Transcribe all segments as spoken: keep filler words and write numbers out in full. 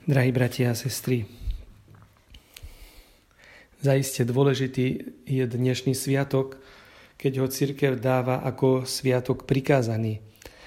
Drahí bratia a sestry, zaiste dôležitý je dnešný sviatok, keď ho cirkev dáva ako sviatok prikázaný.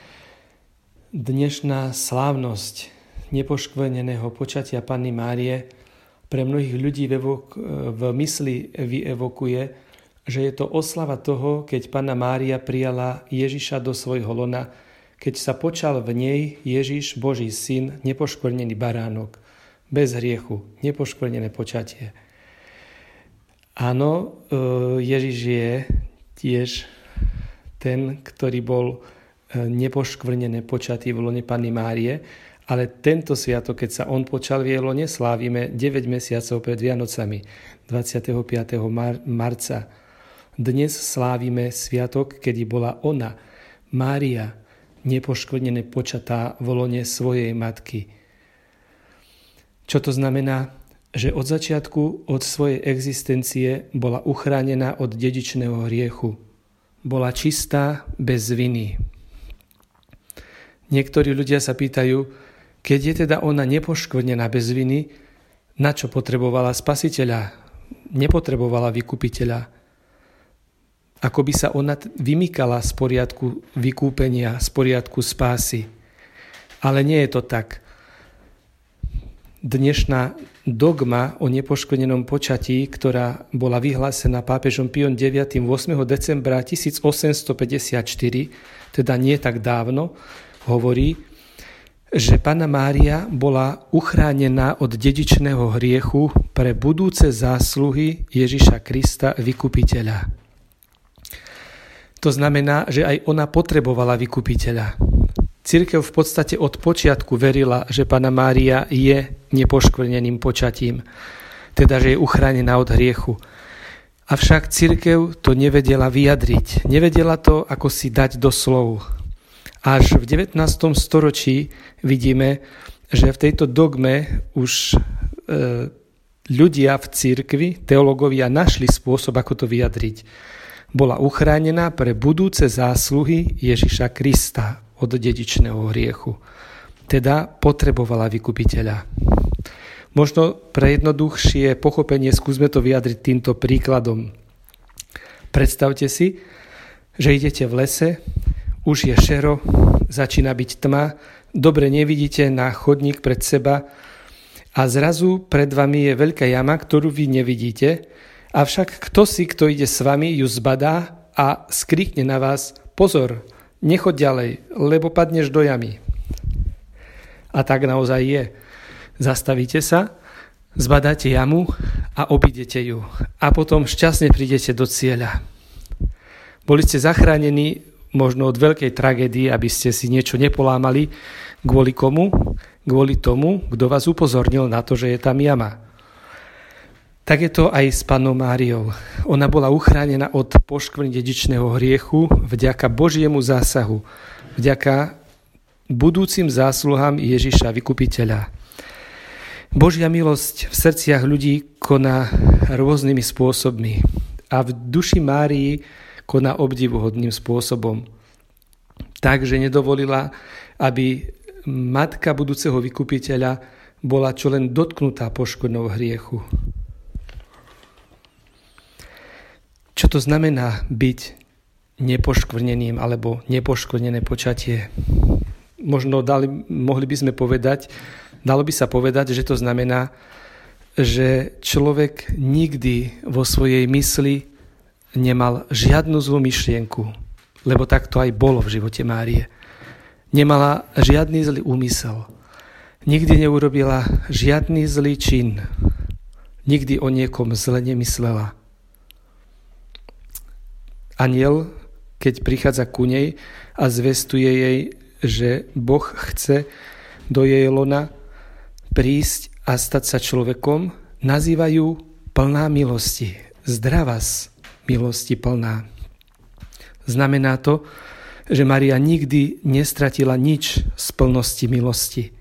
Dnešná slávnosť nepoškvrneného počatia Panny Márie pre mnohých ľudí v, evok- v mysli vyevokuje, že je to oslava toho, keď Panna Mária prijala Ježiša do svojho lona, keď sa počal v nej Ježiš, Boží syn, nepoškvrnený baránok, bez hriechu, nepoškvrnené počatie. Áno, Ježiš je tiež ten, ktorý bol nepoškvrnené počatý v lone Panny Márie, ale tento sviatok, keď sa on počal v jej lone, slávime deväť mesiacov pred Vianocami, dvadsiateho piateho marca. Dnes slávime sviatok, kedy bola ona, Mária, nepoškvrnené počatá v lone svojej matky. Čo to znamená? Že od začiatku, od svojej existencie bola uchránená od dedičného hriechu. Bola čistá, bez viny. Niektorí ľudia sa pýtajú, keď je teda ona nepoškvrnená bez viny, na čo potrebovala spasiteľa? Nepotrebovala vykupiteľa. Ako by sa ona vymykala z poriadku vykúpenia, z poriadku spásy. Ale nie je to tak. Dnešná dogma o nepoškvrnenom počatí, ktorá bola vyhlásená pápežom Piom deviatym ôsmeho decembra tisícosemstopäťdesiatštyri, teda nie tak dávno, hovorí, že Panna Mária bola uchránená od dedičného hriechu pre budúce zásluhy Ježiša Krista, vykupiteľa. To znamená, že aj ona potrebovala vykupiteľa. Cirkev v podstate od počiatku verila, že Panna Mária je nepoškvrneným počatím, teda že je uchránená od hriechu. Avšak cirkev to nevedela vyjadriť, nevedela to ako si dať do slov. Až v devätnástom storočí vidíme, že v tejto dogme už e, ľudia v cirkvi, teológovia, našli spôsob, ako to vyjadriť. Bola uchránená pre budúce zásluhy Ježiša Krista od dedičného hriechu. Teda potrebovala vykupiteľa. Možno pre jednoduchšie pochopenie skúsme to vyjadriť týmto príkladom. Predstavte si, že idete v lese, už je šero, začína byť tma, dobre nevidíte na chodník pred seba a zrazu pred vami je veľká jama, ktorú vy nevidíte. Avšak kto si, kto ide s vami, ju zbadá a skrikne na vás: pozor, nechoď ďalej, lebo padneš do jamy. A tak naozaj je. Zastavíte sa, zbadáte jamu a obídete ju. A potom šťastne prídete do cieľa. Boli ste zachránení možno od veľkej tragédie, aby ste si niečo nepolámali. Kvôli komu? Kvôli tomu, kto vás upozornil na to, že je tam jama. Tak je to aj s Pannou Máriou. Ona bola uchránená od poškvrnenia dedičného hriechu vďaka Božiemu zásahu, vďaka budúcim zásluhám Ježiša, vykupiteľa. Božia milosť v srdciach ľudí koná rôznymi spôsobmi a v duši Márii koná obdivuhodným spôsobom. Takže nedovolila, aby matka budúceho vykupiteľa bola čo len dotknutá poškvrnou hriechu. Čo to znamená byť nepoškvrneným alebo nepoškvrnené počatie? Možno dali, mohli by sme povedať, dalo by sa povedať, že to znamená, že človek nikdy vo svojej mysli nemal žiadnu zlú myšlienku, lebo tak to aj bolo v živote Márie. Nemala žiadny zlý úmysel. Nikdy neurobila žiadny zlý čin. Nikdy o niekom zle nemyslela. Anjel, keď prichádza ku nej a zvestuje jej, že Boh chce do jej lona prísť a stať sa človekom, nazývajú plná milosti, zdravás milosti plná. Znamená to, že Mária nikdy nestratila nič z plnosti milosti.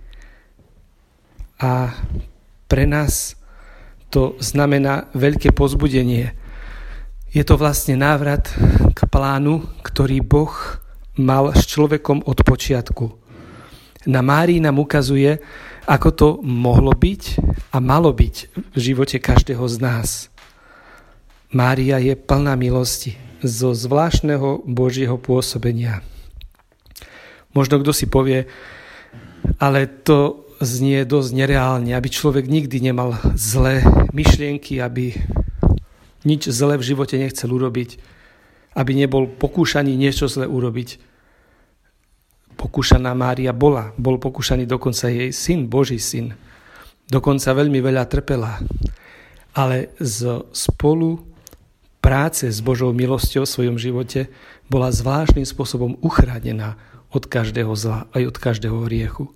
A pre nás to znamená veľké povzbudenie. Je to vlastne návrat k plánu, ktorý Boh mal s človekom od počiatku. Na Márii nám ukazuje, ako to mohlo byť a malo byť v živote každého z nás. Mária je plná milosti zo zvláštneho Božieho pôsobenia. Možno kto si povie, ale to znie dosť nereálne, aby človek nikdy nemal zlé myšlienky, aby nič zlé v živote nechcel urobiť, aby nebol pokúšaný niečo zlé urobiť. Pokúšaná Mária bola, bol pokúšaný dokonca jej syn, Boží syn. Dokonca veľmi veľa trpela, ale z spolu práce s Božou milosťou v svojom živote bola zvláštnym spôsobom uchránená od každého zla, aj od každého hriechu.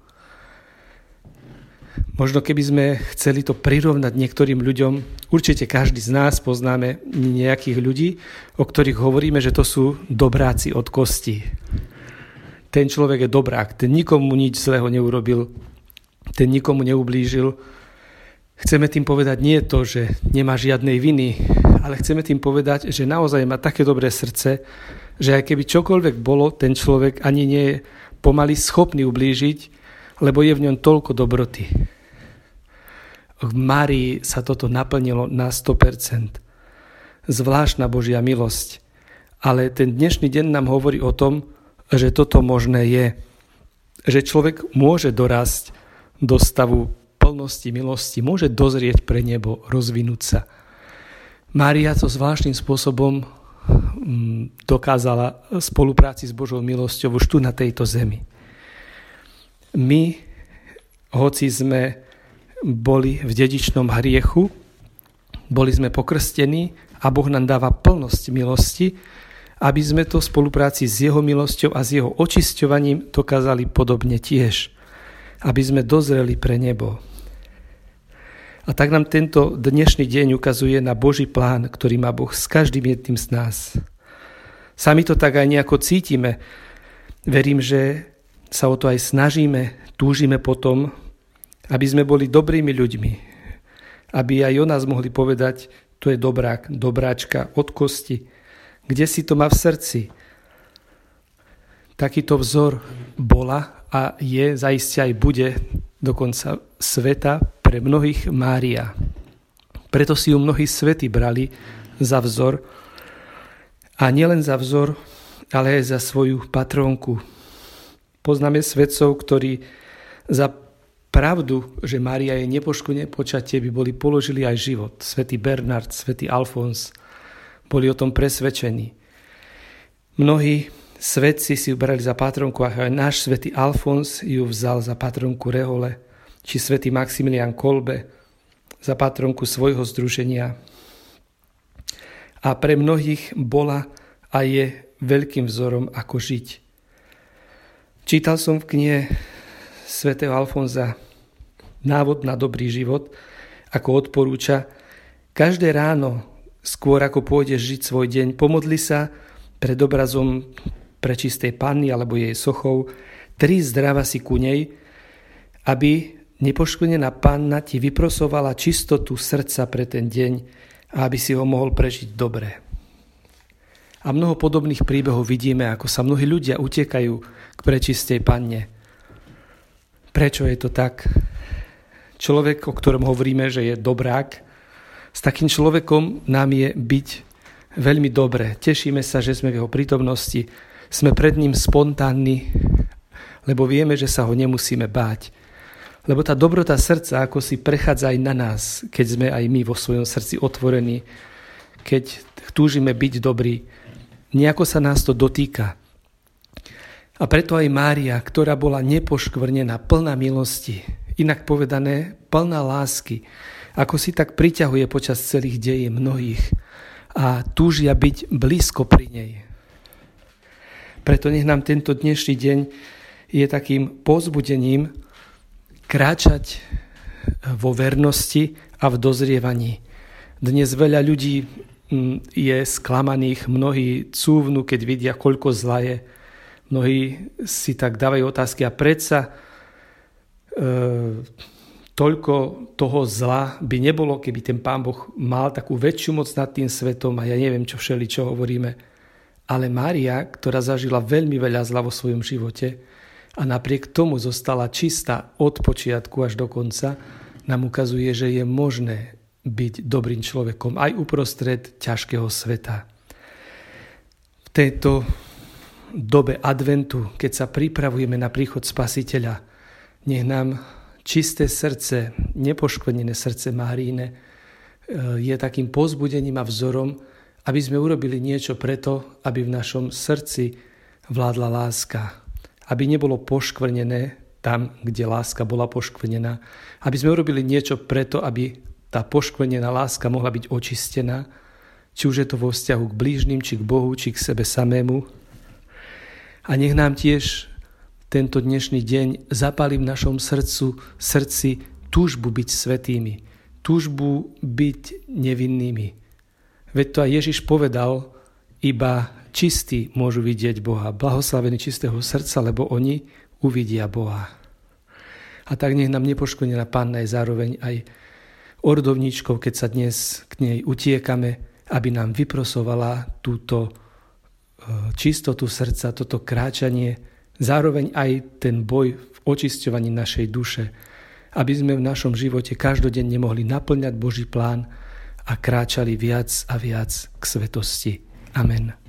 Možno keby sme chceli to prirovnať niektorým ľuďom, určite každý z nás poznáme nejakých ľudí, o ktorých hovoríme, že to sú dobráci od kosti. Ten človek je dobrák, ten nikomu nič zlého neurobil, ten nikomu neublížil. Chceme tým povedať nie to, že nemá žiadnej viny, ale chceme tým povedať, že naozaj má také dobré srdce, že aj keby čokoľvek bolo, ten človek ani nie je pomaly schopný ublížiť, lebo je v ňom toľko dobroty. V Márii sa toto naplnilo na sto percent. Zvláštna Božia milosť. Ale ten dnešný deň nám hovorí o tom, že toto možné je. Že človek môže dorásť do stavu plnosti milosti, môže dozrieť pre nebo, rozvinúť sa. Mária to zvláštnym spôsobom dokázala v spolupráci s Božou milosťou už tu na tejto zemi. My, hoci sme boli v dedičnom hriechu, boli sme pokrstení a Boh nám dáva plnosť milosti, aby sme to v spolupráci s Jeho milosťou a s Jeho očisťovaním dokázali podobne tiež, aby sme dozreli pre nebo. A tak nám tento dnešný deň ukazuje na Boží plán, ktorý má Boh s každým jedným z nás. Sami to tak aj nejako cítime. Verím, že sa o to aj snažíme, túžime potom, aby sme boli dobrými ľuďmi. Aby aj o nás mohli povedať, to je dobrák, dobráčka od kosti. Kde si to má v srdci? Takýto vzor bola a je, zaiste aj bude do konca sveta pre mnohých Mária. Preto si ju mnohí svätí brali za vzor. A nielen za vzor, ale aj za svoju patrónku. Poznáme svätcov, ktorí za pravdu, že Mária je nepoškvrnené počatie, by boli položili aj život. Svätý Bernard, svätý Alfons boli o tom presvedčení. Mnohí svätci si ju brali za patronku, a aj náš svätý Alfons ju vzal za patronku rehole, či svätý Maximilián Kolbe za patronku svojho združenia. A pre mnohých bola a je veľkým vzorom, ako žiť. Čítal som v knihe svätého Alfonza návod na dobrý život, ako odporúča: každé ráno, skôr ako pôjdeš žiť svoj deň, pomodli sa pred obrazom Prečistej Panny alebo jej sochou tri zdravasy ku nej, aby nepoškvrnená Panna ti vyprosovala čistotu srdca pre ten deň a aby si ho mohol prežiť dobre. A mnoho podobných príbehov vidíme, ako sa mnohí ľudia utekajú k Prečistej Panne. Prečo je to tak? Človek, o ktorom hovoríme, že je dobrák, s takým človekom nám je byť veľmi dobre. Tešíme sa, že sme v jeho prítomnosti, sme pred ním spontánni, lebo vieme, že sa ho nemusíme báť. Lebo tá dobrota srdca, ako si prechádza aj na nás, keď sme aj my vo svojom srdci otvorení, keď túžime byť dobrí, nejako sa nás to dotýka. A preto aj Mária, ktorá bola nepoškvrnená, plná milosti, inak povedané, plná lásky, ako si tak priťahuje počas celých dejí mnohých a túžia byť blízko pri nej. Preto nech nám tento dnešný deň je takým povzbudením kráčať vo vernosti a v dozrievaní. Dnes veľa ľudí je sklamaných, mnohí cúvnu, keď vidia, koľko zla je. Mnohí si tak dávajú otázky, a predsa e, toľko toho zla by nebolo, keby ten Pán Boh mal takú väčšiu moc nad tým svetom, a ja neviem, čo všeli, čo hovoríme. Ale Mária, ktorá zažila veľmi veľa zla vo svojom živote a napriek tomu zostala čistá od počiatku až do konca, nám ukazuje, že je možné byť dobrým človekom aj uprostred ťažkého sveta. V tejto dobe adventu, keď sa pripravujeme na príchod Spasiteľa, nech nám čisté srdce, nepoškvrnené srdce Máriine je takým povzbudením a vzorom, aby sme urobili niečo preto, aby v našom srdci vládla láska. Aby nebolo poškvrnené tam, kde láska bola poškvrnená. Aby sme urobili niečo preto, aby tá poškvrnená láska mohla byť očistená, či už je to vo vzťahu k blížnym, či k Bohu, či k sebe samému. A nech nám tiež tento dnešný deň zapáli v našom srdcu, srdci túžbu byť svätými, túžbu byť nevinnými. Veď to aj Ježiš povedal, iba čistí môžu vidieť Boha. Blahoslavení čistého srdca, lebo oni uvidia Boha. A tak nech nám nepoškvrnená Panna je zároveň aj ordovníčkou, keď sa dnes k nej utiekame, aby nám vyprosovala túto čistotu srdca, toto kráčanie, zároveň aj ten boj v očisťovaní našej duše, aby sme v našom živote každodenne mohli naplňať Boží plán a kráčali viac a viac k svetosti. Amen.